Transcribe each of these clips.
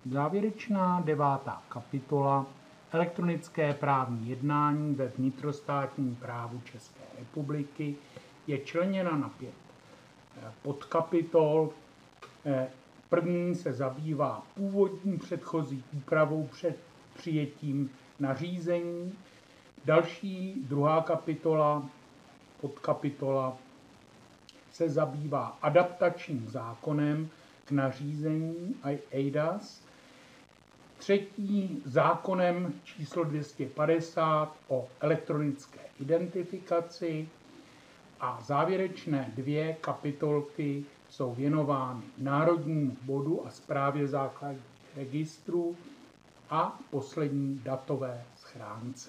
Závěrečná 9. kapitola Elektronické právní jednání ve vnitrostátním právu České republiky je členěna na 5 podkapitol. První se zabývá původní předchozí úpravou před přijetím nařízení. Další, 2. kapitola, podkapitola, se zabývá adaptačním zákonem k nařízení eIDAS. Třetí, zákonem číslo 250 o elektronické identifikaci. A závěrečné 2 kapitolky jsou věnovány národnímu bodu a správě základních registrů a poslední datové schránce.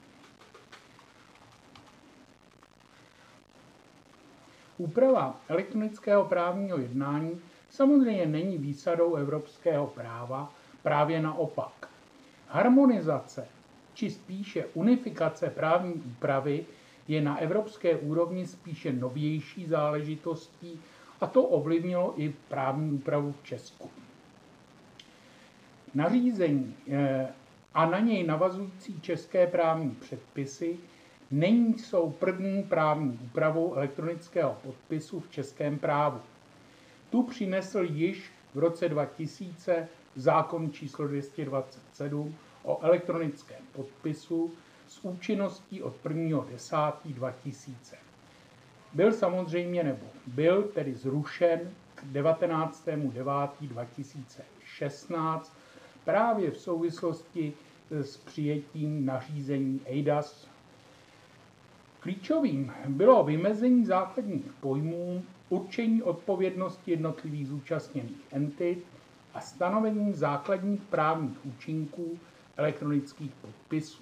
Úprava elektronického právního jednání samozřejmě není výsadou evropského práva, právě naopak. Harmonizace, či spíše unifikace právní úpravy je na evropské úrovni spíše novější záležitostí a to ovlivnilo i právní úpravu v Česku. Nařízení a na něj navazující české právní předpisy jsou první právní úpravou elektronického podpisu v českém právu. Tu přinesl již v roce 2000 zákon číslo 227 o elektronickém podpisu s účinností od 1.10.2000. Byl tedy zrušen k 19.9.2016 právě v souvislosti s přijetím nařízení eIDAS. Klíčovým bylo vymezení základních pojmů, určení odpovědnosti jednotlivých zúčastněných entit a stanovení základních právních účinků elektronických podpisů.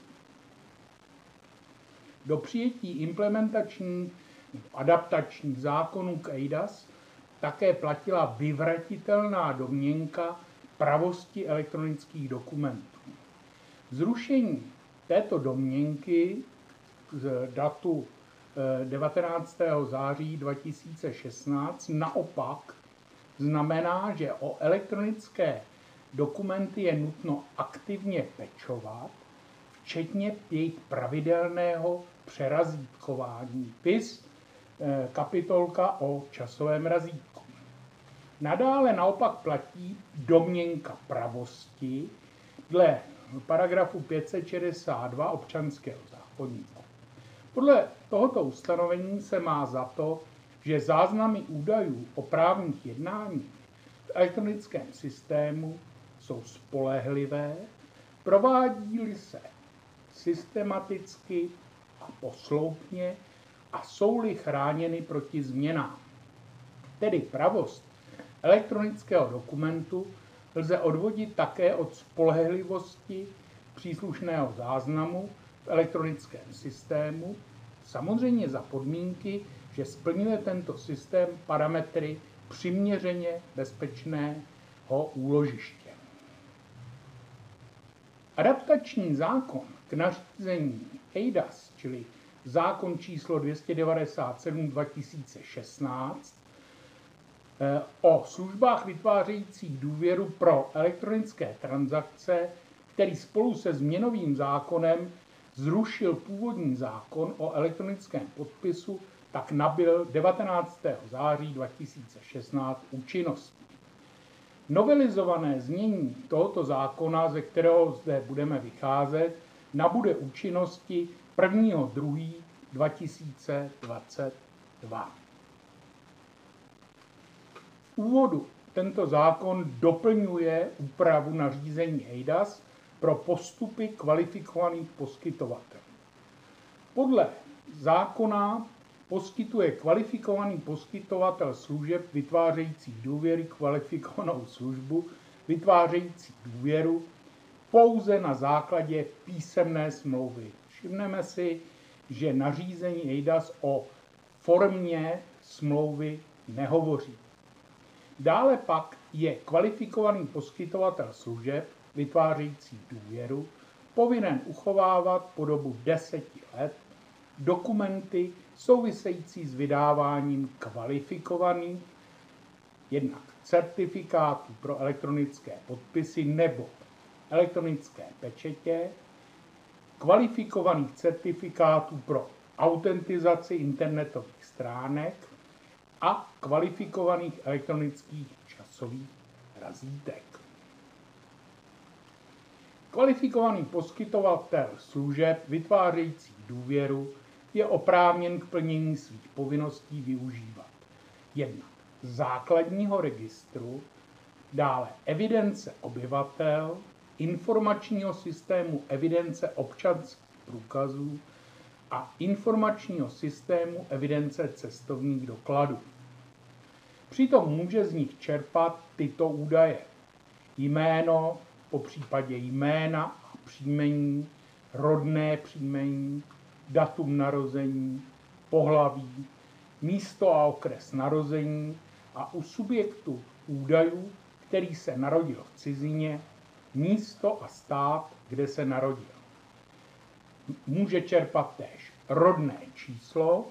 Do přijetí implementačních adaptačních zákonů k eIDAS také platila vyvratitelná domněnka pravosti elektronických dokumentů. Zrušení této domněnky z datu 19. září 2016 naopak znamená, že o elektronické dokumenty je nutno aktivně pečovat, včetně jejich pravidelného přerazítkování. Viz kapitolka o časovém razítku. Nadále naopak platí domněnka pravosti dle paragrafu 562 občanského zákoníku. Podle tohoto ustanovení se má za to, že záznamy údajů o právních jednáních v elektronickém systému jsou spolehlivé, provádí-li se systematicky a posloupně a jsou-li chráněny proti změnám. Tedy pravost elektronického dokumentu lze odvodit také od spolehlivosti příslušného záznamu v elektronickém systému, samozřejmě za podmínky, že splňuje tento systém parametry přiměřeně bezpečného úložiště. Adaptační zákon k nařízení eIDAS, čili zákon číslo 297/2016 o službách vytvářejících důvěru pro elektronické transakce, který spolu se změnovým zákonem zrušil původní zákon o elektronickém podpisu, tak nabyl 19. září 2016 účinnosti. Novelizované znění tohoto zákona, ze kterého zde budeme vycházet, nabude účinnosti 1.2.2022. V úvodu tento zákon doplňuje úpravu nařízení eIDAS pro postupy kvalifikovaných poskytovatelů. Podle zákona poskytuje kvalifikovaný poskytovatel služeb vytvářející důvěry kvalifikovanou službu vytvářející důvěru pouze na základě písemné smlouvy. Všimneme si, že nařízení eIDAS o formě smlouvy nehovoří. Dále pak je kvalifikovaný poskytovatel služeb vytvářející důvěru povinen uchovávat po dobu 10 let dokumenty související s vydáváním kvalifikovaných jednak certifikátů pro elektronické podpisy nebo elektronické pečetě, kvalifikovaných certifikátů pro autentizaci internetových stránek a kvalifikovaných elektronických časových razítek. Kvalifikovaný poskytovatel služeb vytvářející důvěru je oprávněn k plnění svých povinností využívat jednak základního registru, dále evidence obyvatel, informačního systému evidence občanských průkazů a informačního systému evidence cestovních dokladů. Přitom může z nich čerpat tyto údaje: jméno, popřípadě jména a příjmení, rodné příjmení, datum narození, pohlaví, místo a okres narození a u subjektu údajů, který se narodil v cizině, místo a stát, kde se narodil. Může čerpat též rodné číslo,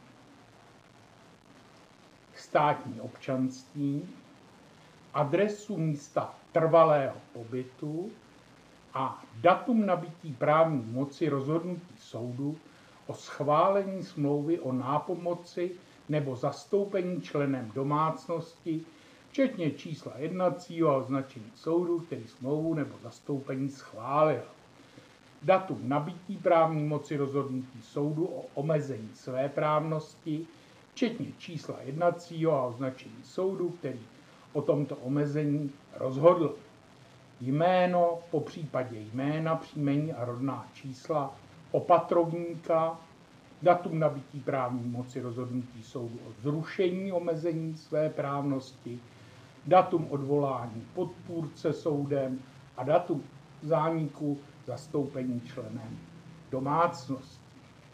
státní občanství, adresu místa trvalého pobytu a datum nabytí právní moci rozhodnutí soudu o schválení smlouvy o nápomoci nebo zastoupení členem domácnosti, včetně čísla jednacího a označení soudu, který smlouvu nebo zastoupení schválil. Datum nabytí právní moci rozhodnutí soudu o omezení svéprávnosti, včetně čísla jednacího a označení soudu, který o tomto omezení rozhodl. Jméno, popřípadě jména, příjmení a rodná čísla opatrovníka, datum nabytí právní moci rozhodnutí soudu o zrušení omezení svéprávnosti, datum odvolání podpůrce soudem a datum zániku zastoupení členem domácnosti.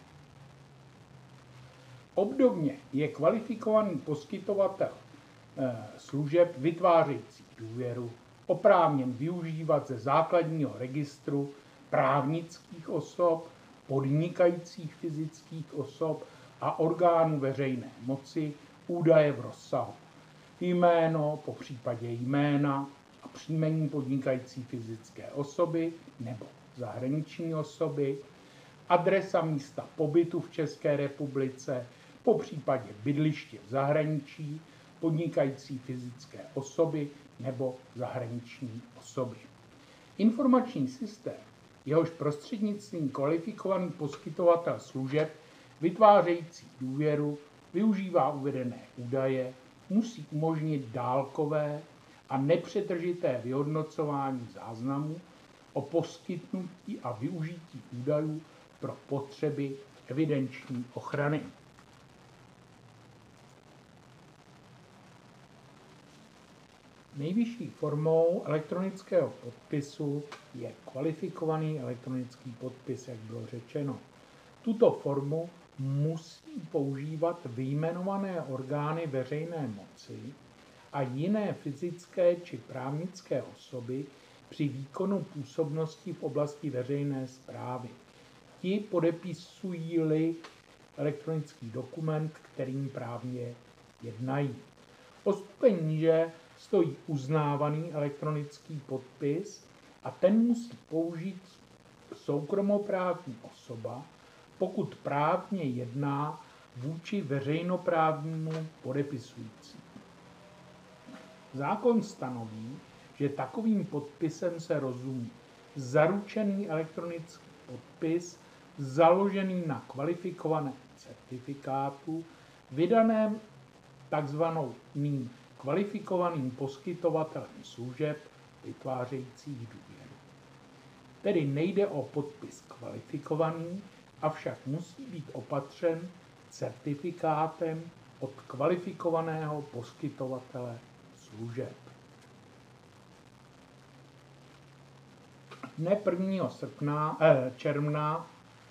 Obdobně je kvalifikovaný poskytovatel služeb vytvářející důvěru oprávněn využívat ze základního registru právnických osob, podnikajících fyzických osob a orgánů veřejné moci údaje v rozsahu jméno, popřípadě jména a příjmení podnikající fyzické osoby nebo zahraniční osoby, adresa místa pobytu v České republice, popřípadě bydliště v zahraničí, podnikající fyzické osoby nebo zahraniční osoby. Informační systém, jehož prostřednictvím kvalifikovaný poskytovatel služeb vytvářející důvěru využívá uvedené údaje, musí umožnit dálkové a nepřetržité vyhodnocování záznamů o poskytnutí a využití údajů pro potřeby evidenční ochrany. Nejvyšší formou elektronického podpisu je kvalifikovaný elektronický podpis, jak bylo řečeno. Tuto formu musí používat vyjmenované orgány veřejné moci a jiné fyzické či právnické osoby při výkonu působnosti v oblasti veřejné správy. Ti podepisují-li elektronický dokument, kterým právně jednají. O stupeň níže stojí uznávaný elektronický podpis a ten musí použít soukromoprávní osoba, pokud právně jedná vůči veřejnoprávnímu podepisujícímu. Zákon stanoví, že takovým podpisem se rozumí zaručený elektronický podpis založený na kvalifikovaném certifikátu vydaném takzvaným kvalifikovaným poskytovatelem služeb vytvářejících důvěru. Tedy nejde o podpis kvalifikovaný, avšak musí být opatřen certifikátem od kvalifikovaného poskytovatele služeb. Dne 1. června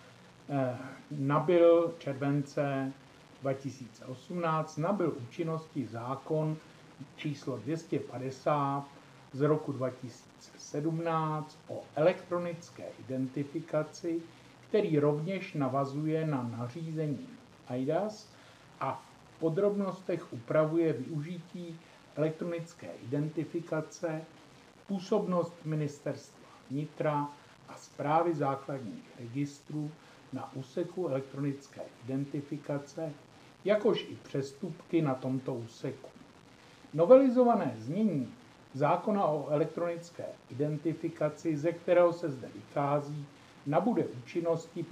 července 2018 nabyl účinnosti zákon číslo 250 z roku 2017 o elektronické identifikaci, který rovněž navazuje na nařízení eIDAS a v podrobnostech upravuje využití elektronické identifikace, působnost Ministerstva vnitra a Správy základních registrů na úseku elektronické identifikace, jakož i přestupky na tomto úseku. Novelizované znění zákona o elektronické identifikaci, ze kterého se zde vychází, nabude účinnosti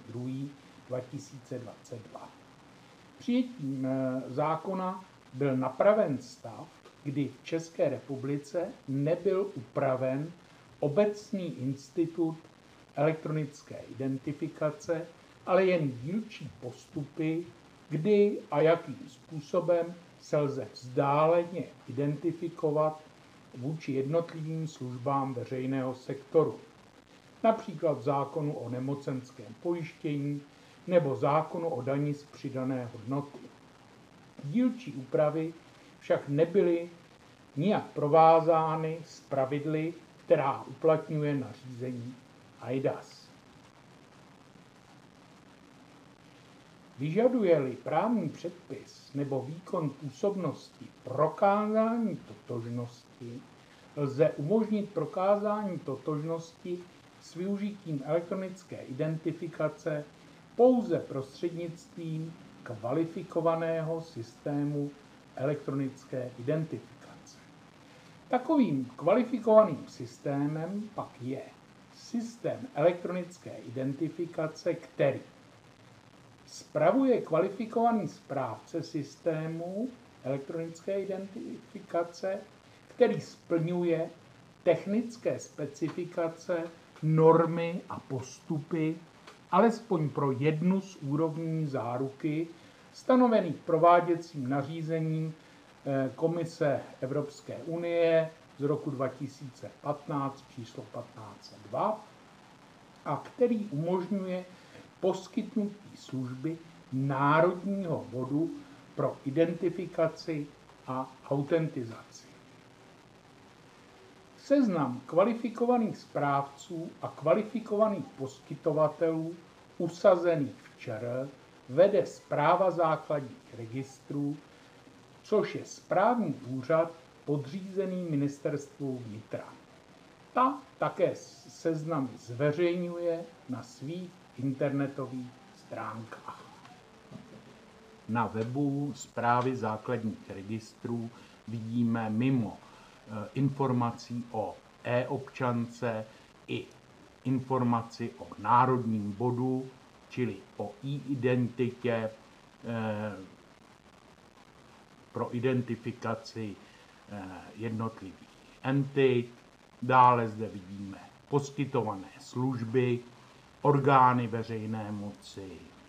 1.2.2022. Přijetím zákona byl napraven stav, kdy v České republice nebyl upraven obecný institut elektronické identifikace, ale jen dílčí postupy, kdy a jakým způsobem se lze vzdáleně identifikovat vůči jednotlivým službám veřejného sektoru. Například v zákonu o nemocenském pojištění nebo zákonu o dani z přidané hodnoty. Dílčí úpravy však nebyly nijak provázány s pravidly, která uplatňuje nařízení eIDAS. Vyžaduje-li právní předpis nebo výkon působnosti prokázání totožnosti, lze umožnit prokázání totožnosti s využitím elektronické identifikace pouze prostřednictvím kvalifikovaného systému elektronické identifikace. Takovým kvalifikovaným systémem pak je systém elektronické identifikace, který spravuje kvalifikovaný správce systému elektronické identifikace, který splňuje technické specifikace, normy a postupy, alespoň pro jednu z úrovní záruky, stanovených prováděcím nařízením Komise Evropské unie z roku 2015 číslo 1502 a který umožňuje poskytnutí služby národního bodu pro identifikaci a autentizaci. Seznam kvalifikovaných správců a kvalifikovaných poskytovatelů usazených v ČR vede Správa základních registrů, což je správní úřad podřízený Ministerstvu vnitra. Ta také seznam zveřejňuje na svých internetových stránkách. Na webu Správy základních registrů vidíme mimo informací o e-občance i informaci o národním bodu, čili o e-identitě pro identifikaci jednotlivých entit. Dále zde vidíme poskytované služby, orgány veřejné moci,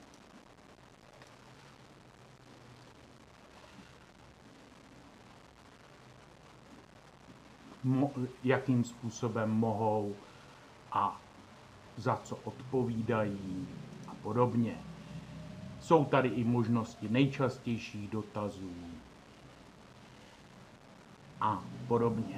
jakým způsobem mohou a za co odpovídají a podobně. Jsou tady i možnosti nejčastějších dotazů a podobně.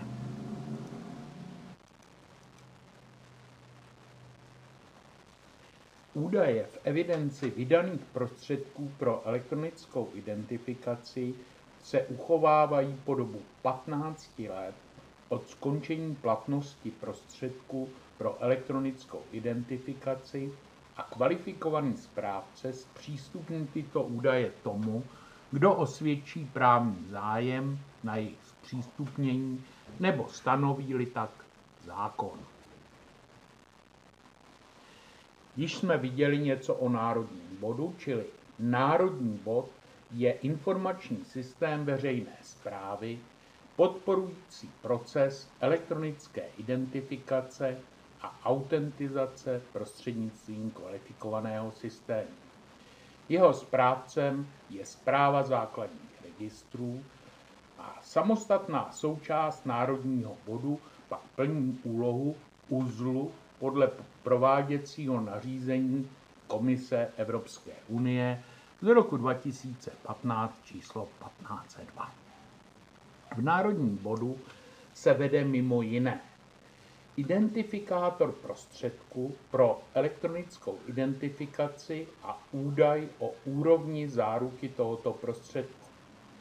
Údaje v evidenci vydaných prostředků pro elektronickou identifikaci se uchovávají po dobu 15 let od skončení platnosti prostředků pro elektronickou identifikaci a kvalifikovaný správce zpřístupní tyto údaje tomu, kdo osvědčí právní zájem na jejich zpřístupnění nebo stanoví-li tak zákon. Již jsme viděli něco o národním bodu, čili národní bod je informační systém veřejné správy, podporující proces elektronické identifikace a autentizace prostřednictvím kvalifikovaného systému. Jeho správcem je Správa základních registrů a samostatná součást národního bodu pak plní úlohu uzlu podle prováděcího nařízení Komise Evropské unie z roku 2015 číslo 1502. V národním bodu se vede mimo jiné identifikátor prostředku pro elektronickou identifikaci a údaj o úrovni záruky tohoto prostředku.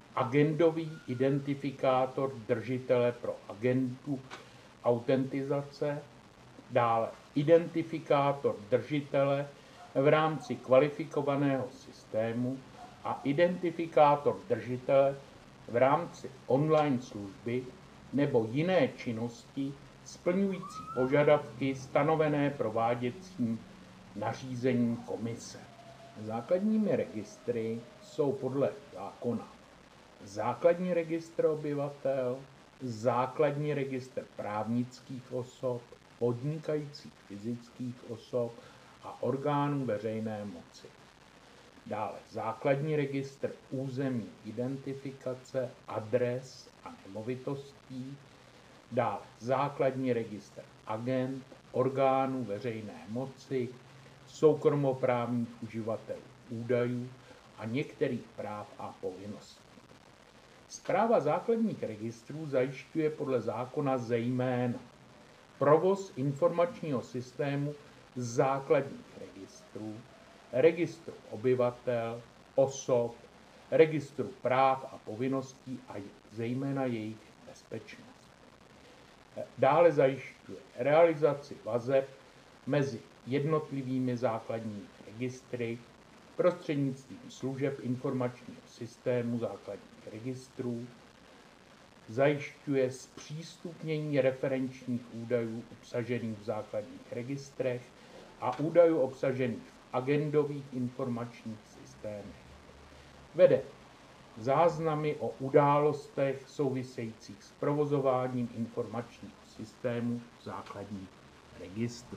agendový identifikátor držitele pro agendu autentizace, dále identifikátor držitele v rámci kvalifikovaného systému a identifikátor držitele v rámci online služby nebo jiné činnosti splňující požadavky stanovené prováděcím nařízením komise. Základními registry jsou podle zákona základní registr obyvatel, základní registr právnických osob, podnikajících fyzických osob a orgánů veřejné moci. Dále základní registr územní identifikace, adres a nemovitostí, dále základní registr agent, orgánů veřejné moci, soukromoprávních uživatelů údajů a některých práv a povinností. Správa základních registrů zajišťuje podle zákona zejména provoz informačního systému základních registrů, registru obyvatel, osob, registru práv a povinností a zejména jejich bezpečnost. Dále zajišťuje realizaci vazeb mezi jednotlivými základními registry prostřednictvím služeb informačního systému základních registrů, zajišťuje zpřístupnění referenčních údajů obsažených v základních registrech a údajů obsažených v agendových informačních systémech. Vede záznamy o událostech souvisejících s provozováním informačních systémů základních registrů.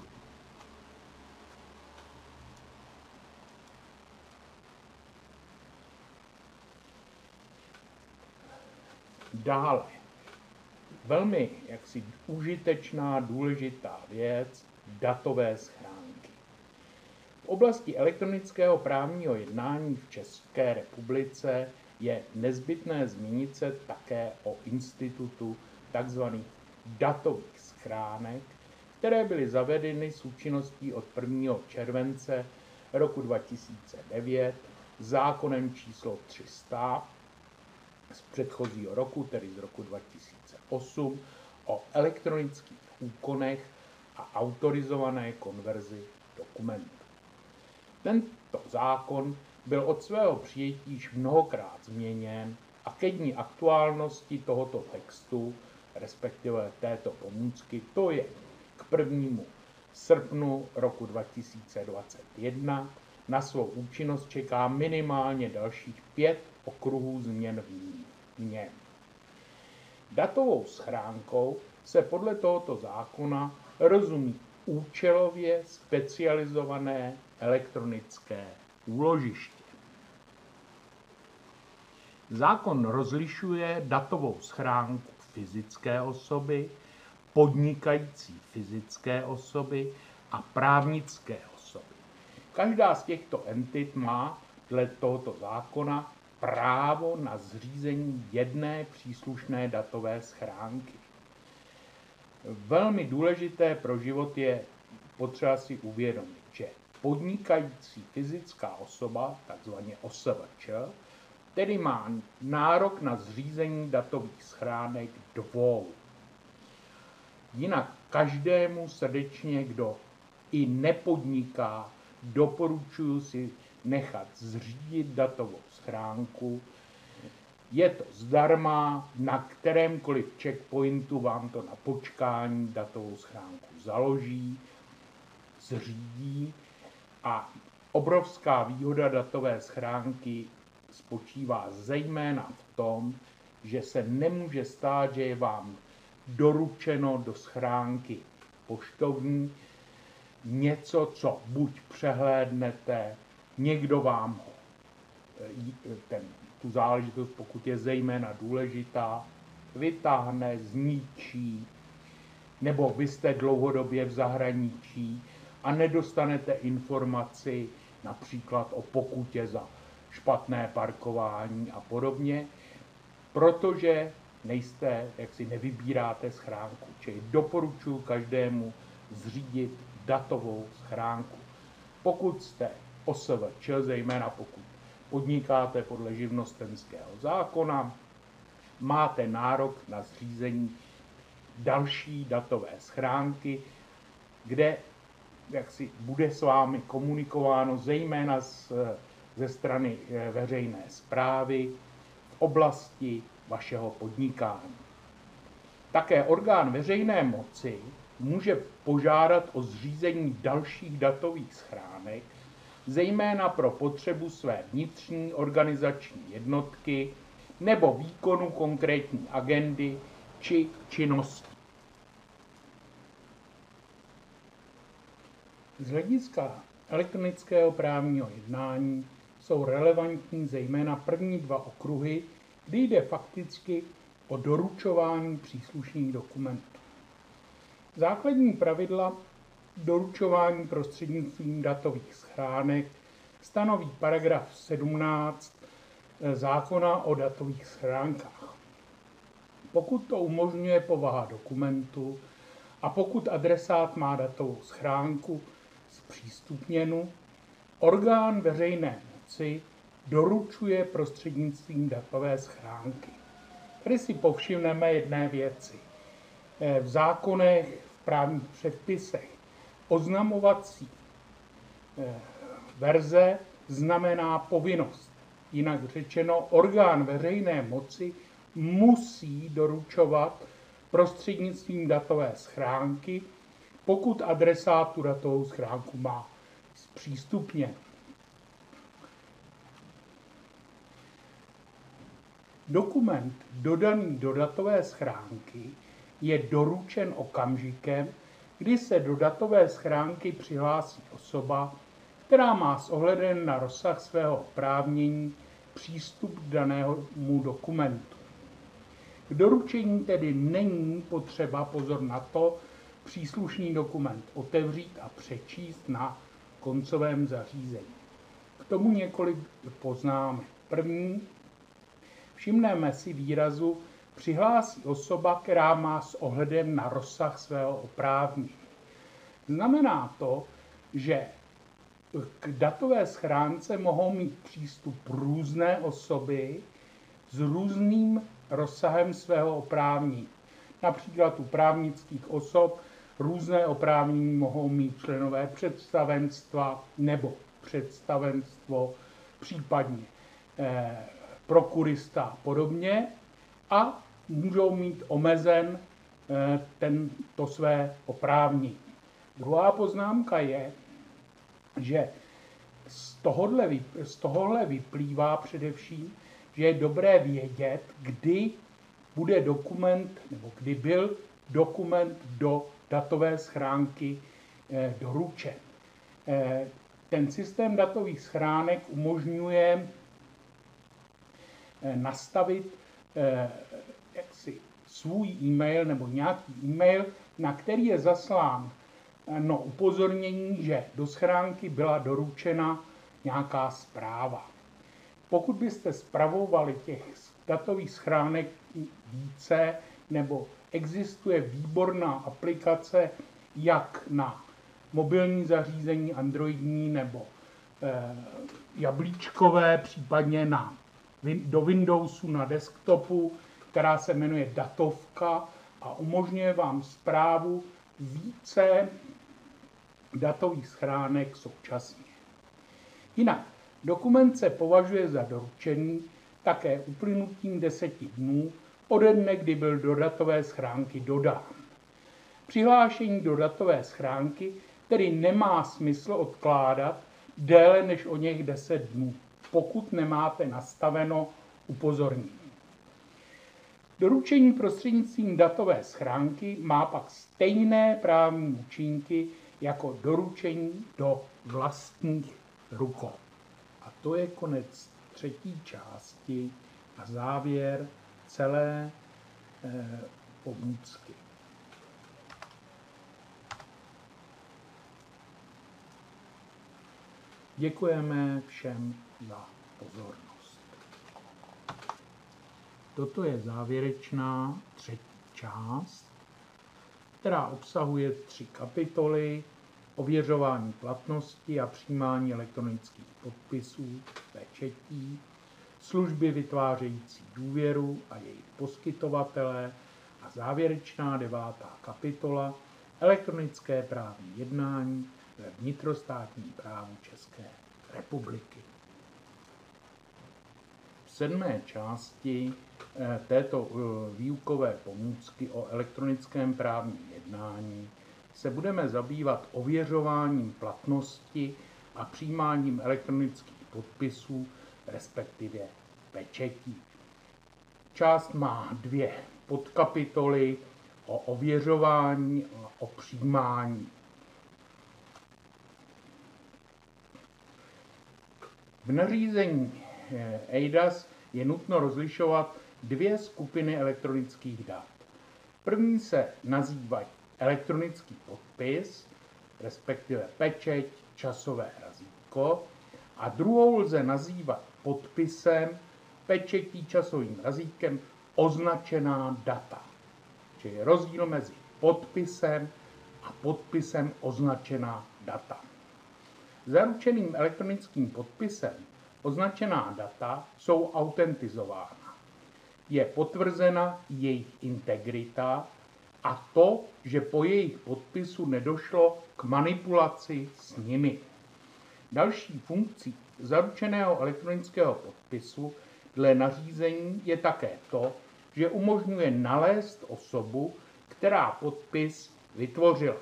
Dále, velmi užitečná, důležitá věc, datové schránky. V oblasti elektronického právního jednání v České republice je nezbytné zmínit se také o institutu tzv. Datových schránek, které byly zavedeny s účinností od 1. července roku 2009 zákonem číslo 300 z předchozího roku, tedy z roku 2008, o elektronických úkonech a autorizované konverzi dokumentů. Tento zákon byl od svého přijetí již mnohokrát změněn a ke dní aktuálnosti tohoto textu, respektive této pomůcky, to je k 1. srpnu roku 2021, na svou účinnost čeká minimálně dalších 5 okruhů změn v něm. Datovou schránkou se podle tohoto zákona rozumí účelově specializované elektronické úložiště. Zákon rozlišuje datovou schránku fyzické osoby, podnikající fyzické osoby a právnické osoby. Každá z těchto entit má dle tohoto zákona právo na zřízení jedné příslušné datové schránky. Velmi důležité pro život je potřeba si uvědomit, že podnikající fyzická osoba, takzvaně OSVČ, tedy má nárok na zřízení datových schránek 2. Jinak každému srdečně, kdo i nepodniká, doporučuji si nechat zřídit datovou schránku. Je to zdarma, na kterémkoliv checkpointu vám to na počkání datovou schránku založí, zřídí a obrovská výhoda datové schránky spočívá zejména v tom, že se nemůže stát, že je vám doručeno do schránky poštovní něco, co buď přehlédnete, někdo vám ho, tu záležitost, pokud je zejména důležitá, vytáhne, zničí, nebo vy jste dlouhodobě v zahraničí a nedostanete informaci například o pokutě za špatné parkování a podobně, protože nevybíráte schránku. Čili doporučuji každému zřídit datovou schránku. Pokud jste OSVČ, zejména pokud podnikáte podle živnostenského zákona, máte nárok na zřízení další datové schránky, kde jaksi bude s vámi komunikováno zejména ze strany veřejné správy v oblasti vašeho podnikání. Také orgán veřejné moci může požádat o zřízení dalších datových schránek, zejména pro potřebu své vnitřní organizační jednotky nebo výkonu konkrétní agendy či činnosti. Z hlediska elektronického právního jednání jsou relevantní zejména první dva okruhy, kdy jde fakticky o doručování příslušných dokumentů. Základní pravidla doručování prostřednictvím datových schránek stanoví paragraf 17 zákona o datových schránkách. Pokud to umožňuje povaha dokumentu a pokud adresát má datovou schránku zpřístupněnu, orgán veřejné moci doručuje prostřednictvím datové schránky. Tady si povšimneme jedné věci. V zákonech, v právních předpisech oznamovací verze znamená povinnost. Jinak řečeno, orgán veřejné moci musí doručovat prostřednictvím datové schránky, pokud adresát tu datovou schránku má zpřístupněn. Dokument dodaný do datové schránky je doručen okamžikem, kdy se do datové schránky přihlásí osoba, která má s ohledem na rozsah svého oprávnění přístup k danému dokumentu. K doručení tedy není potřeba, pozor na to, příslušný dokument otevřít a přečíst na koncovém zařízení. K tomu několik poznámek. První, všimneme si výrazu přihlásí osoba, která má s ohledem na rozsah svého oprávnění. Znamená to, že k datové schránce mohou mít přístup různé osoby s různým rozsahem svého oprávnění. Například u právnických osob různé oprávnění mohou mít členové představenstva nebo představenstvo, případně prokurista a podobně, a můžou mít omezen to své oprávnění. Druhá poznámka je, že z tohohle vyplývá především, že je dobré vědět, kdy bude dokument, nebo kdy byl dokument do datové schránky doručen. Ten systém datových schránek umožňuje nastavit jaksi svůj e-mail nebo nějaký e-mail, na který je zaslán upozornění, že do schránky byla doručena nějaká zpráva. Pokud byste spravovali těch datových schránek více, nebo existuje výborná aplikace jak na mobilní zařízení androidní nebo jablíčkové, případně do Windowsu na desktopu, která se jmenuje Datovka a umožňuje vám správu více datových schránek současně. Jinak, dokument se považuje za doručený také uplynutím 10 dnů ode dne, kdy byl do datové schránky dodán. Přihlášení do datové schránky tedy nemá smysl odkládat déle než o něch 10 dnů, pokud nemáte nastaveno upozornění. Doručení prostřednictvím datové schránky má pak stejné právní účinky jako doručení do vlastních rukou. A to je konec třetí části a závěr celé pomůcky. Děkujeme všem za pozornost. Toto je závěrečná třetí část, která obsahuje 3 kapitoly. ověřování platnosti a přijímání elektronických podpisů, pečetí, služby vytvářející důvěru a jejich poskytovatelé a závěrečná 9. kapitola elektronické právní jednání ve vnitrostátním právu České republiky. V 7. části této výukové pomůcky o elektronickém právním jednání se budeme zabývat ověřováním platnosti a přijímáním elektronických podpisů, respektive pečetí. Část má 2 podkapitoly o ověřování a o přijímání. V nařízení eIDAS je nutno rozlišovat 2 skupiny elektronických dat. První se nazývají elektronický podpis, respektive pečeť, časové razítko, a druhou lze nazývat podpisem, pečetí, časovým razítkem označená data. Čili rozdíl mezi podpisem a podpisem označená data. Zaručeným elektronickým podpisem označená data jsou autentizována. Je potvrzena jejich integrita a to, že po jejich podpisu nedošlo k manipulaci s nimi. Další funkcí zaručeného elektronického podpisu dle nařízení je také to, že umožňuje nalézt osobu, která podpis vytvořila.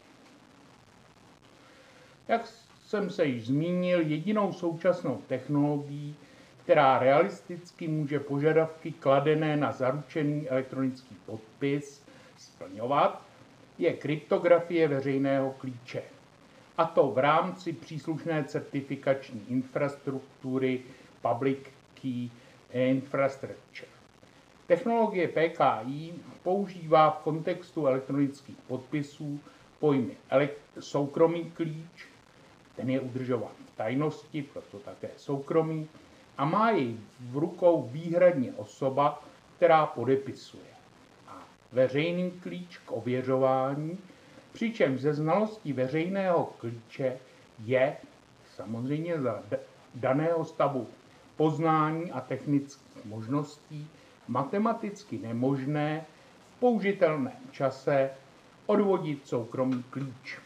Jak jsem se již zmínil, jedinou současnou technologií, která realisticky může požadavky kladené na zaručený elektronický podpis splňovat, je kryptografie veřejného klíče. A to v rámci příslušné certifikační infrastruktury Public Key Infrastructure. Technologie PKI používá v kontextu elektronických podpisů pojmy soukromý klíč, ten je udržován v tajnosti, proto také soukromý, a má jej v rukou výhradně osoba, která podepisuje. A veřejný klíč k ověřování, přičemž ze znalostí veřejného klíče je samozřejmě za daného stavu poznání a technických možností matematicky nemožné v použitelném čase odvodit soukromý klíč.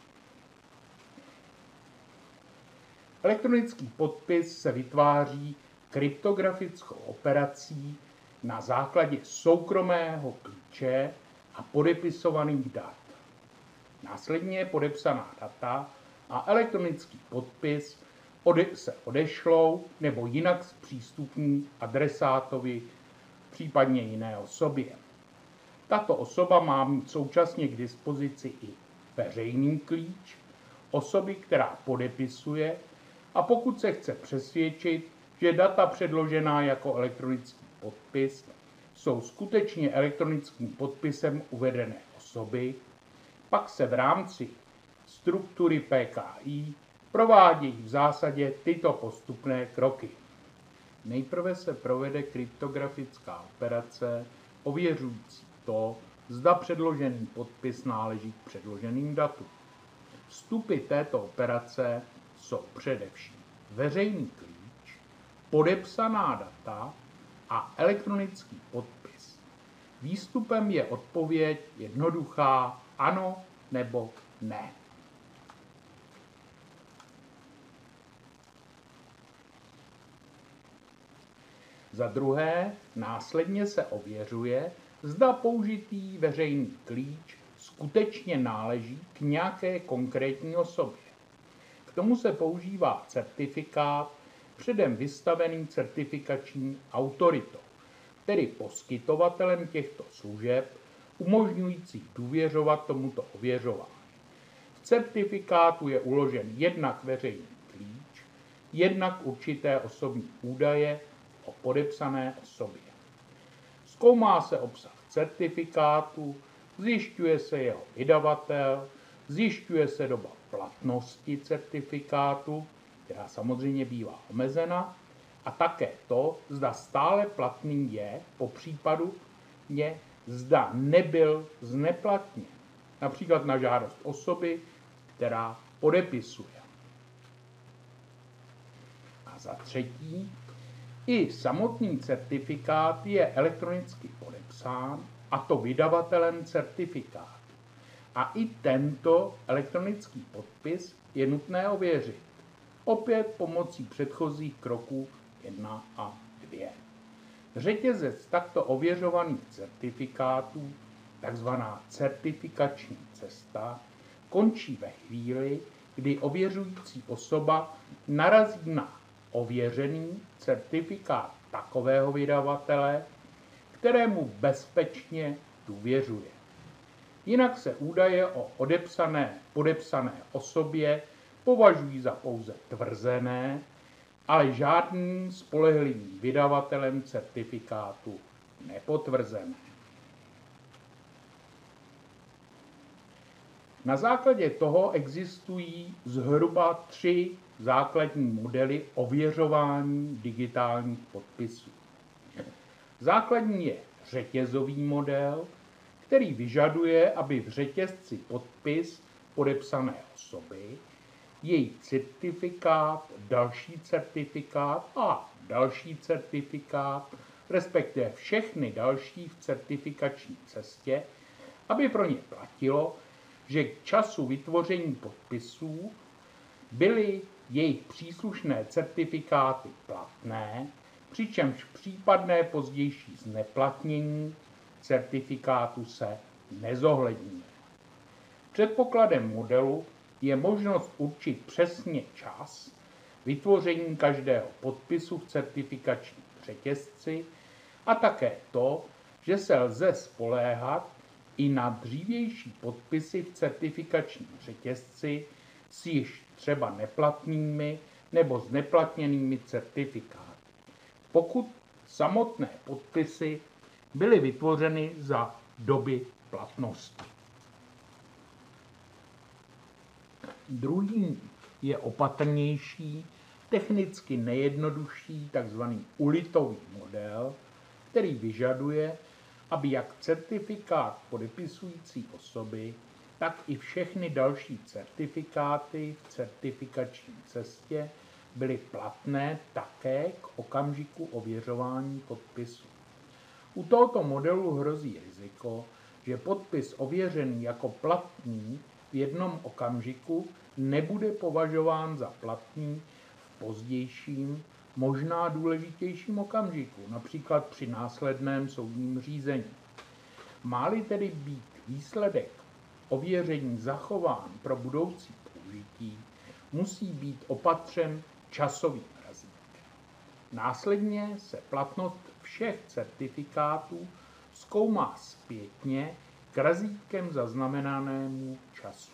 Elektronický podpis se vytváří kryptografickou operací na základě soukromého klíče a podepisovaných dat. Následně podepsaná data a elektronický podpis se odešlou nebo jinak zpřístupní adresátovi, případně jiné osobě. Tato osoba má mít současně k dispozici i veřejný klíč osoby, která podepisuje, a pokud se chce přesvědčit, že data předložená jako elektronický podpis jsou skutečně elektronickým podpisem uvedené osoby, pak se v rámci struktury PKI provádějí v zásadě tyto postupné kroky. Nejprve se provede kryptografická operace ověřující to, zda předložený podpis náleží k předloženým datům. Vstupy této operace jsou především veřejný klíč, podepsaná data a elektronický podpis. Výstupem je odpověď jednoduchá ano nebo ne. Za druhé, následně se ověřuje, zda použitý veřejný klíč skutečně náleží k nějaké konkrétní osobě. K tomu se používá certifikát předem vystavený certifikační autoritou, tedy poskytovatelem těchto služeb, umožňující důvěřovat tomuto ověřování. V certifikátu je uložen jednak veřejný klíč, jednak určité osobní údaje o podepsané osobě. Zkoumá se obsah certifikátu, zjišťuje se jeho vydavatel, zjišťuje se doba platnosti certifikátu, která samozřejmě bývá omezena, a také to, zda stále platný je, po případu zda nebyl zneplatněn. Například na žádost osoby, která podepisuje. A za třetí, i samotný certifikát je elektronicky podepsán, a to vydavatelem certifikátu. A i tento elektronický podpis je nutné ověřit. Opět pomocí předchozích kroků 1 a 2. Řetězec takto ověřovaných certifikátů, takzvaná certifikační cesta, končí ve chvíli, kdy ověřující osoba narazí na ověřený certifikát takového vydavatele, kterému bezpečně důvěřuje. Jinak se údaje o podepsané osobě považují za pouze tvrzené, ale žádným spolehlivým vydavatelem certifikátu nepotvrzené. Na základě toho existují zhruba 3 základní modely ověřování digitálních podpisů. Základní je řetězový model, který vyžaduje, aby v řetězci podpis podepsané osoby, její certifikát, další certifikát a další certifikát, respektive všechny další v certifikační cestě, aby pro ně platilo, že k času vytvoření podpisů byly jejich příslušné certifikáty platné, přičemž případné pozdější zneplatnění certifikátu se nezohledňuje. Předpokladem modelu je možnost určit přesně čas vytvoření každého podpisu v certifikačním řetězci a také to, že se lze spoléhat i na dřívější podpisy v certifikačním řetězci s již třeba neplatnými nebo zneplatněnými certifikáty, pokud samotné podpisy byly vytvořeny za doby platnosti. Druhý je opatrnější, technicky nejjednodušší tzv. Ulitový model, který vyžaduje, aby jak certifikát podepisující osoby, tak i všechny další certifikáty v certifikační cestě byly platné také k okamžiku ověřování podpisu. U tohoto modelu hrozí riziko, že podpis ověřený jako platný v jednom okamžiku nebude považován za platný v pozdějším, možná důležitějším okamžiku, například při následném soudním řízení. Má-li tedy být výsledek ověření zachován pro budoucí použití, musí být opatřen časovým razítkem. Následně se platnost všech certifikátů zkoumá zpětně k razítkem zaznamenanému času.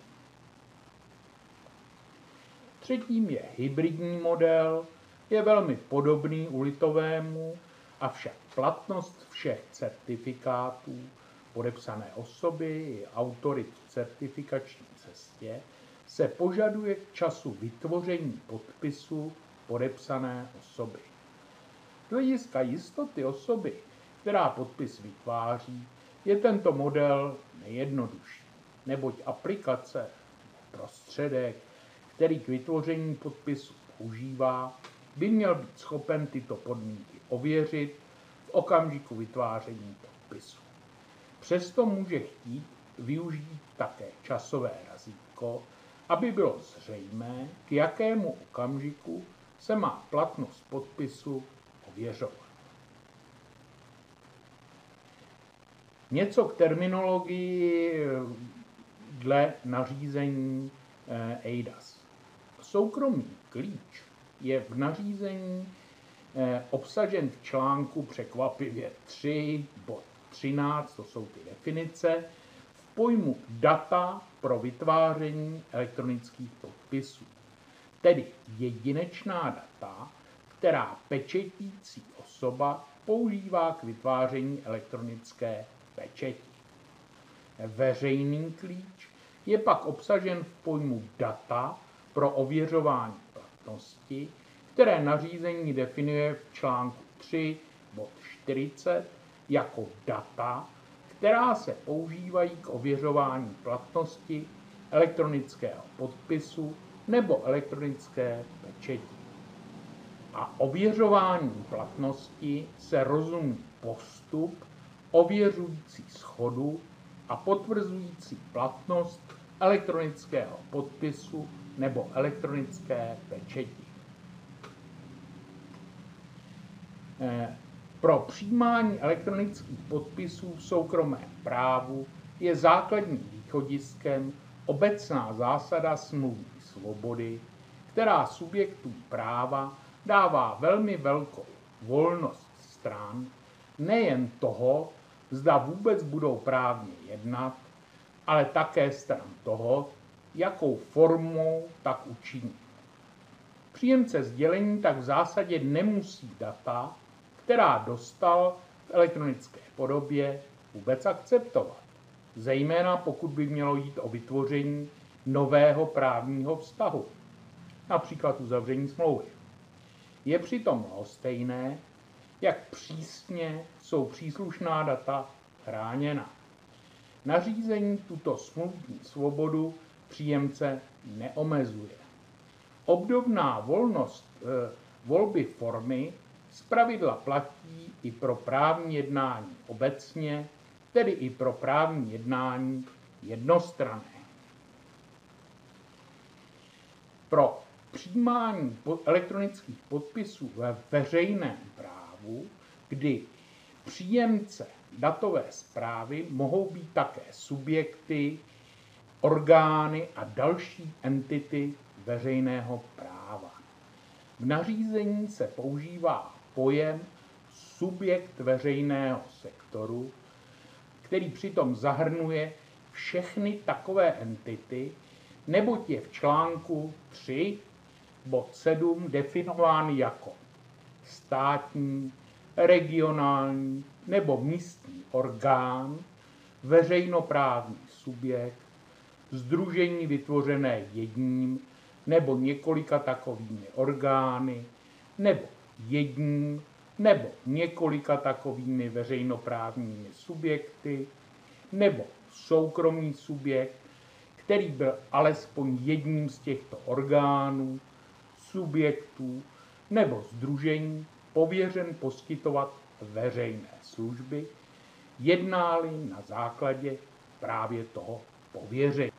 Třetím je hybridní model, je velmi podobný ulitovému, avšak platnost všech certifikátů podepsané osoby i autorit v certifikační cestě se požaduje k času vytvoření podpisu podepsané osoby. Z hlediska jistoty osoby, která podpis vytváří, je tento model nejjednodušší, neboť aplikace, prostředek, který k vytvoření podpisu používá, by měl být schopen tyto podmínky ověřit v okamžiku vytváření podpisu. Přesto může chtít využít také časové razítko, aby bylo zřejmé, k jakému okamžiku se má platnost podpisu ověřovat. Něco k terminologii dle nařízení eIDAS. Soukromý klíč je v nařízení obsažen v článku překvapivě 3, bod 13, to jsou ty definice, v pojmu data pro vytváření elektronických podpisů, tedy jedinečná data, která pečetící osoba používá k vytváření elektronické pečeti. Veřejný klíč je pak obsažen v pojmu data pro ověřování platnosti, které nařízení definuje v článku 3, bod 40, jako data, která se používají k ověřování platnosti elektronického podpisu nebo elektronické pečeti. A ověřování platnosti se rozumí postup ověřující shodu a potvrzující platnost elektronického podpisu nebo elektronické pečeti. Pro přijímání elektronických podpisů v soukromém právu je základním východiskem obecná zásada smluvní svobody, která subjektům práva dává velmi velkou volnost stran, nejen toho, zda vůbec budou právně jednat, ale také stran toho, jakou formou tak učiní. Příjemce sdělení tak v zásadě nemusí data, která dostal v elektronické podobě, vůbec akceptovat, zejména pokud by mělo jít o vytvoření nového právního vztahu, například uzavření smlouvy. Je přitom lhostejné, jak přísně jsou příslušná data chráněna. Nařízení tuto smluvní svobodu příjemce neomezuje. Obdobná volnost volby formy zpravidla platí i pro právní jednání obecně, tedy i pro právní jednání jednostranné. Pro přijímání elektronických podpisů ve veřejném právu, kdy příjemce datové zprávy mohou být také subjekty, orgány a další entity veřejného práva. V nařízení se používá pojem subjekt veřejného sektoru, který přitom zahrnuje všechny takové entity, neboť je v článku 3 bod 7 definován jako státní, regionální nebo místní orgán, veřejnoprávní subjekt, sdružení vytvořené jedním nebo několika takovými orgány, nebo jedním nebo několika takovými veřejnoprávními subjekty, nebo soukromý subjekt, který byl alespoň jedním z těchto orgánů, subjektů nebo sdružení pověřen poskytovat veřejné služby, jedná-li na základě právě toho pověření.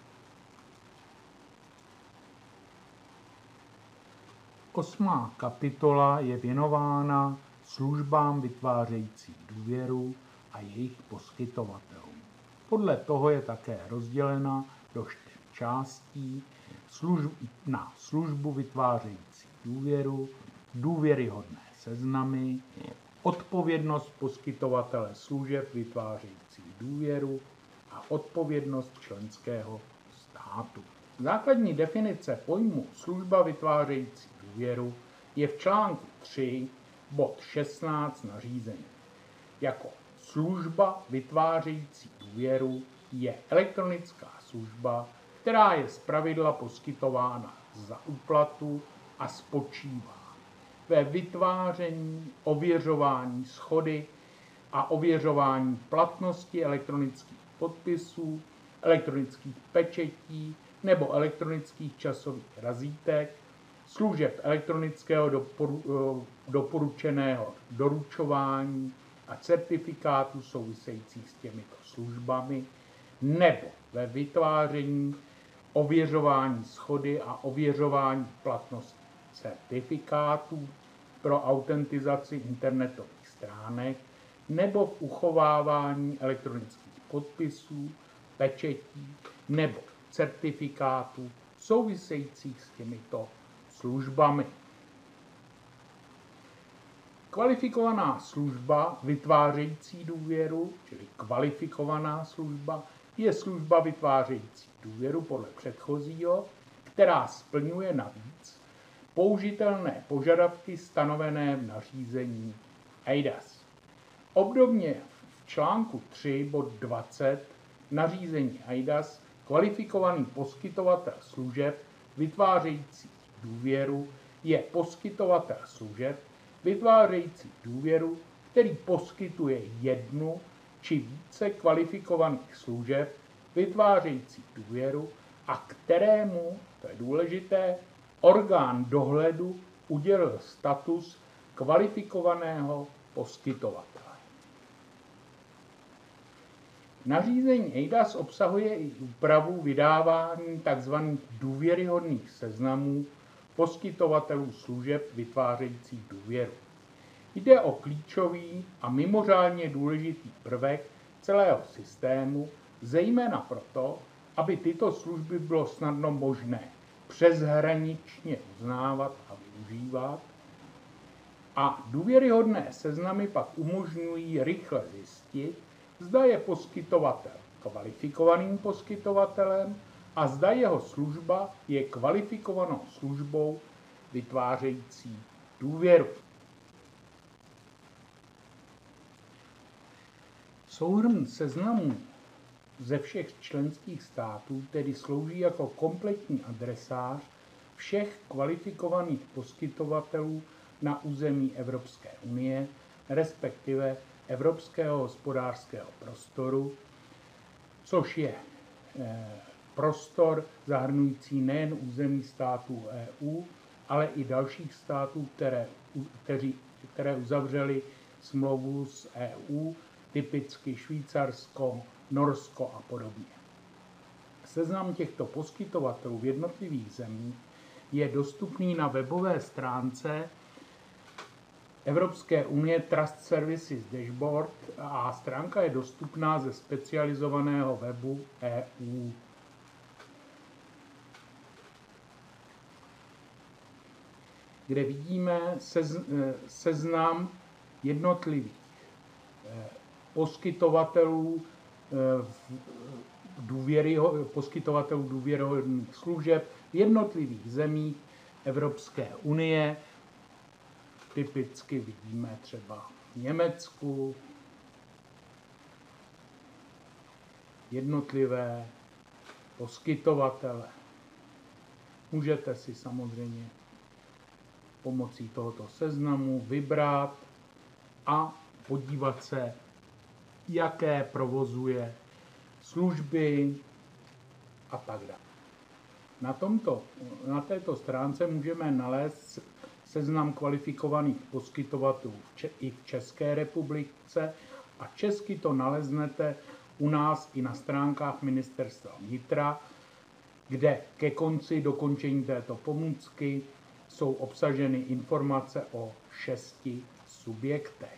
8. kapitola je věnována službám vytvářející důvěru a jejich poskytovatelům. Podle toho je také rozdělena do 4 částí: na službu vytvářející důvěru, důvěryhodné seznamy, odpovědnost poskytovatele služeb vytvářející důvěru a odpovědnost členského státu. Základní definice pojmu služba vytvářející důvěru je v článku 3 bod 16 nařízení. Jako služba vytvářející důvěru je elektronická služba, která je zpravidla poskytována za úplatu a spočívá ve vytváření, ověřování shody a ověřování platnosti elektronických podpisů, elektronických pečetí nebo elektronických časových razítek, služeb elektronického doporučeného doručování a certifikátů souvisejících s těmito službami, nebo ve vytváření, ověřování shody a ověřování platnosti certifikátů pro autentizaci internetových stránek, nebo v uchovávání elektronických podpisů, pečetí nebo certifikátů souvisejících s těmito službami. Kvalifikovaná služba vytvářející důvěru, čili kvalifikovaná služba, je služba vytvářející důvěru podle předchozího, která splňuje navíc použitelné požadavky stanovené v nařízení eIDAS. Obdobně v článku 3 bod 20 nařízení eIDAS kvalifikovaný poskytovatel služeb vytvářející důvěru je poskytovatel služeb vytvářející důvěru, který poskytuje jednu či více kvalifikovaných služeb vytvářející důvěru a kterému, to je důležité, orgán dohledu udělil status kvalifikovaného poskytovatele. Nařízení eIDAS obsahuje i úpravu vydávání tzv. Důvěryhodných seznamů poskytovatelů služeb vytvářejících důvěru. Jde o klíčový a mimořádně důležitý prvek celého systému, zejména proto, aby tyto služby bylo snadno možné přeshraničně uznávat a využívat. A důvěryhodné seznamy pak umožňují rychle zjistit, zda je poskytovatel kvalifikovaným poskytovatelem a zda jeho služba je kvalifikovanou službou vytvářející důvěru. Souhrn seznamů ze všech členských států tedy slouží jako kompletní adresář všech kvalifikovaných poskytovatelů na území Evropské unie, respektive Evropského hospodářského prostoru, což je prostor zahrnující nejen území států EU, ale i dalších států, které uzavřely smlouvu s EU, typicky Švýcarsko, Norsko a podobně. Seznam těchto poskytovatelů v jednotlivých zemích je dostupný na webové stránce Evropské unie Trust Services Dashboard a stránka je dostupná ze specializovaného webu EU. Kde vidíme seznam jednotlivých poskytovatelů důvěryhodných služeb v jednotlivých zemích Evropské unie. Typicky vidíme třeba v Německu jednotlivé poskytovatele. Můžete si samozřejmě pomocí tohoto seznamu vybrat a podívat se, jaké provozuje služby a tak dále. Na této stránce můžeme nalézt seznam kvalifikovaných poskytovatelů i v České republice a česky to naleznete u nás i na stránkách Ministerstva vnitra, kde ke konci dokončení této pomůcky jsou obsaženy informace o 6 subjektech.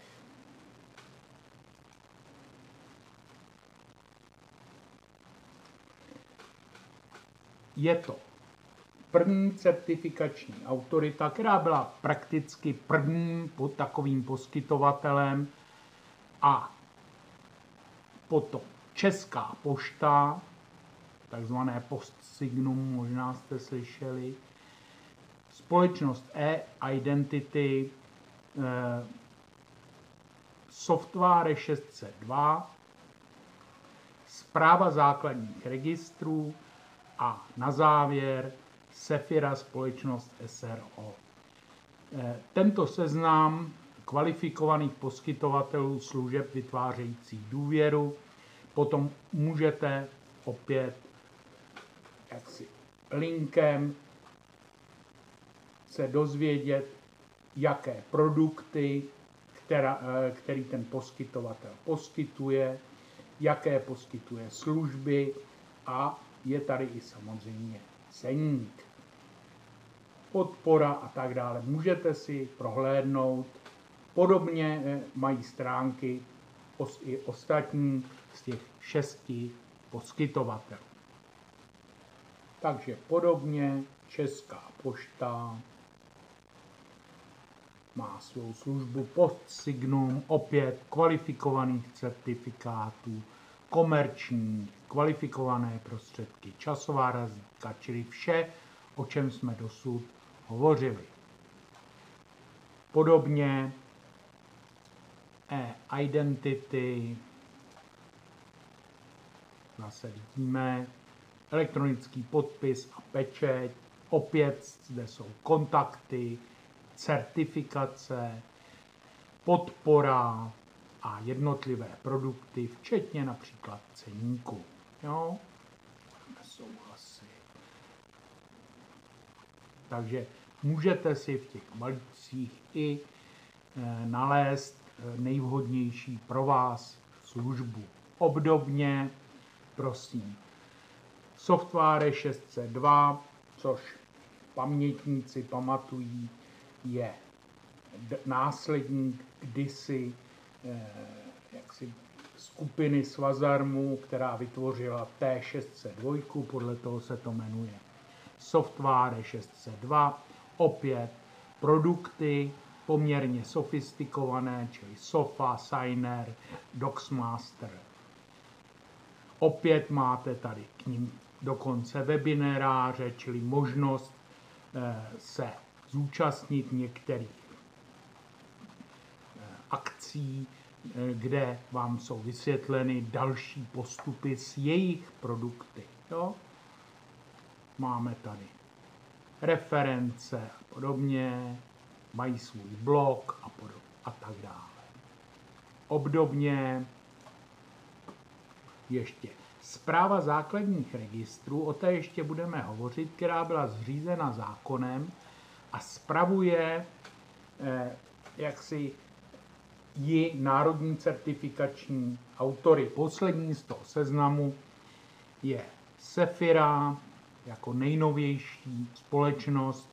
Je to první certifikační autorita, která byla prakticky prvním pod takovým poskytovatelem, a potom Česká pošta, takzvané PostSignum, možná jste slyšeli, společnost e-Identity, Software 602, Správa základních registrů a na závěr Sefira společnost SRO. Tento seznam kvalifikovaných poskytovatelů služeb vytvářejících důvěru potom můžete opět linkem se dozvědět, jaké produkty, který ten poskytovatel poskytuje, jaké poskytuje služby a je tady i samozřejmě ceník, podpora a tak dále. Můžete si prohlédnout. Podobně mají stránky i ostatní z těch 6 poskytovatelů. Takže podobně Česká pošta má svou službu PostSignum, opět kvalifikovaných certifikátů, komerční, kvalifikované prostředky, časová razítka, čili vše, o čem jsme dosud hovořili. Podobně e-Identity, zase vidíme, elektronický podpis a pečeť, opět zde jsou kontakty, certifikace, podpora a jednotlivé produkty, včetně například ceníku. Jo? Souhlasit. Takže můžete si v těch balíčcích i nalézt nejvhodnější pro vás službu. Obdobně, prosím, Software 602, což pamětníci pamatují, je následník kdysi jaksi skupiny Svazarmu, která vytvořila T602, podle toho se to jmenuje Software 602, opět produkty poměrně sofistikované, čili SOFA, Signer, Docsmaster. Opět máte tady k nim dokonce webináře, čili možnost se zúčastnit některých akcí, kde vám jsou vysvětleny další postupy s jejich produkty. Jo? Máme tady reference a podobně, mají svůj blog a tak dále. Obdobně ještě Správa základních registrů, o té ještě budeme hovořit, která byla zřízena zákonem a spravuje jaksi ji národní certifikační autory. Poslední z toho seznamu je Sefira jako nejnovější společnost.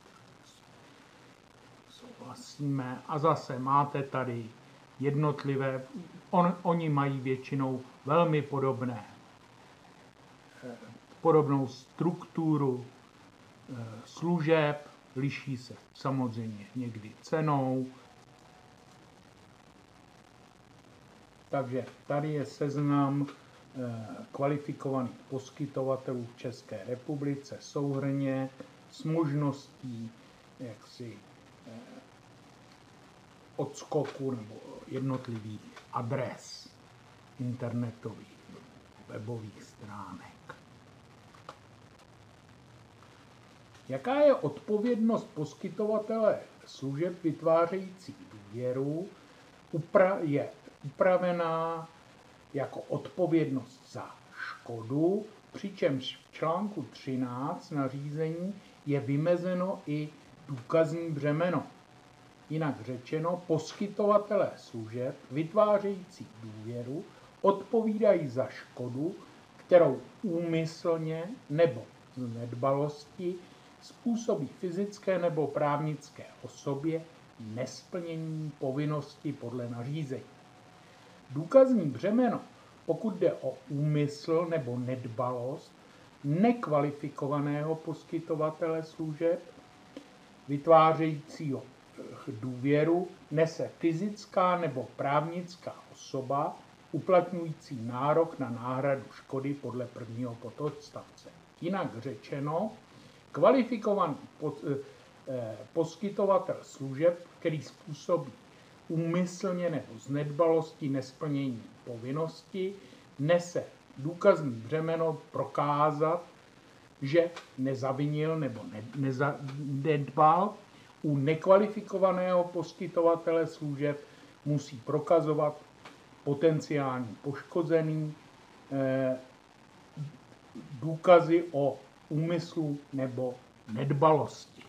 Souhlasíme. A zase máte tady jednotlivé, oni mají většinou velmi podobnou strukturu služeb, liší se samozřejmě někdy cenou. Takže tady je seznam kvalifikovaných poskytovatelů v České republice souhrnně s možností jaksi odskoku nebo jednotlivých adres internetových webových stránek. Jaká je odpovědnost poskytovatele služeb vytvářejících důvěru? Je upravená jako odpovědnost za škodu, přičemž v článku 13 nařízení je vymezeno i důkazní břemeno. Jinak řečeno, poskytovatelé služeb vytvářející důvěru odpovídají za škodu, kterou úmyslně nebo z nedbalosti způsobí fyzické nebo právnické osobě nesplnění povinnosti podle nařízení. Důkazní břemeno, pokud jde o úmysl nebo nedbalost nekvalifikovaného poskytovatele služeb vytvářejícího důvěru, nese fyzická nebo právnická osoba uplatňující nárok na náhradu škody podle prvního pododstavce. Jinak řečeno, kvalifikovaný poskytovatel služeb, který způsobí úmyslně nebo z nedbalosti nesplnění povinnosti, nese důkazní břemeno prokázat, že nezavinil nebo nedbal. U nekvalifikovaného poskytovatele služeb musí prokazovat potenciální poškozený důkazy o úmyslu nebo nedbalosti.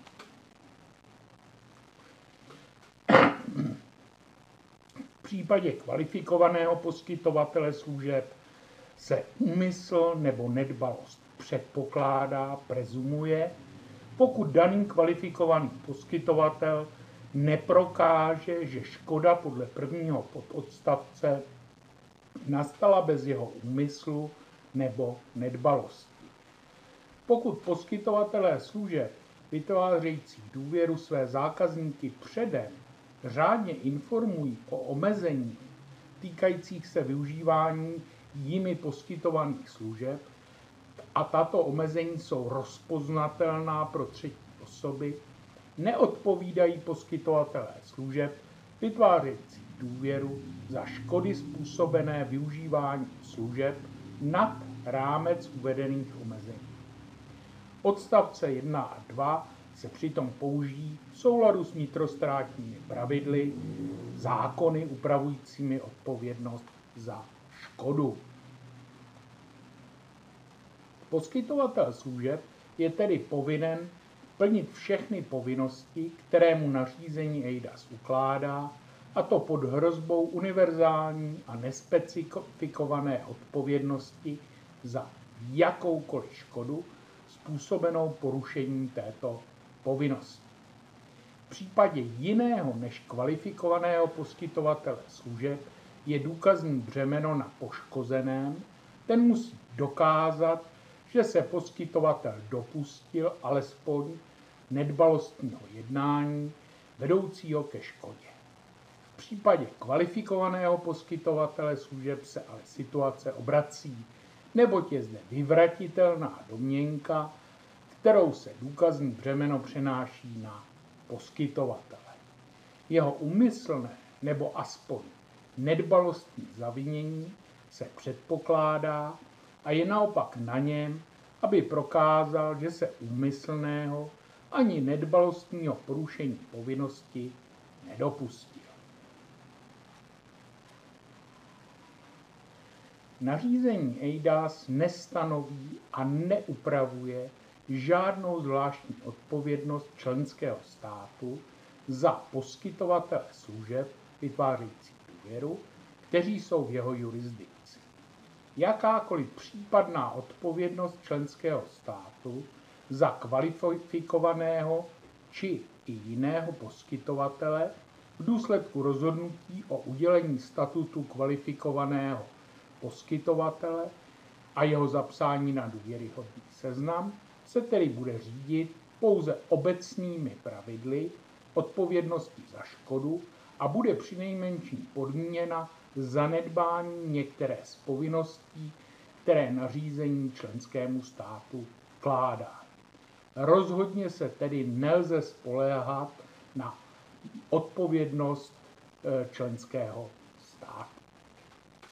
V případě kvalifikovaného poskytovatele služeb se úmysl nebo nedbalost předpokládá, prezumuje, pokud daný kvalifikovaný poskytovatel neprokáže, že škoda podle prvního pododstavce nastala bez jeho úmyslu nebo nedbalosti. Pokud poskytovatelé služeb vytvářející důvěru své zákazníky předem řádně informují o omezeních týkajících se využívání jimi poskytovaných služeb a tato omezení jsou rozpoznatelná pro třetí osoby, neodpovídají poskytovatelé služeb vytvářející důvěru za škody způsobené využívání služeb nad rámec uvedených omezení. Odstavce 1 a 2 se přitom použijí v souladu s vnitrostátními pravidly, zákony upravujícími odpovědnost za škodu. Poskytovatel služeb je tedy povinen plnit všechny povinnosti, které mu nařízení eIDAS ukládá, a to pod hrozbou univerzální a nespecifikované odpovědnosti za jakoukoliv škodu způsobenou porušením této povinnosti. V případě jiného než kvalifikovaného poskytovatele služeb je důkazní břemeno na poškozeném, ten musí dokázat, že se poskytovatel dopustil alespoň nedbalostního jednání vedoucího ke škodě. V případě kvalifikovaného poskytovatele služeb se ale situace obrací, neboť je zde vyvratitelná domněnka, kterou se důkazní břemeno přenáší na poskytovatele. Jeho úmyslné nebo aspoň nedbalostní zavinění se předpokládá a je naopak na něm, aby prokázal, že se úmyslného ani nedbalostního porušení povinnosti nedopustil. Nařízení eIDAS nestanoví a neupravuje žádnou zvláštní odpovědnost členského státu za poskytovatele služeb vytvářející důvěru, kteří jsou v jeho jurisdikci. Jakákoliv případná odpovědnost členského státu za kvalifikovaného či i jiného poskytovatele v důsledku rozhodnutí o udělení statutu kvalifikovaného poskytovatele a jeho zapsání na důvěryhodný seznam se tedy bude řídit pouze obecnými pravidly odpovědnosti za škodu a bude přinejmenším podmíněna zanedbání některé z povinností, které nařízení členskému státu vkládá. Rozhodně se tedy nelze spoléhat na odpovědnost členského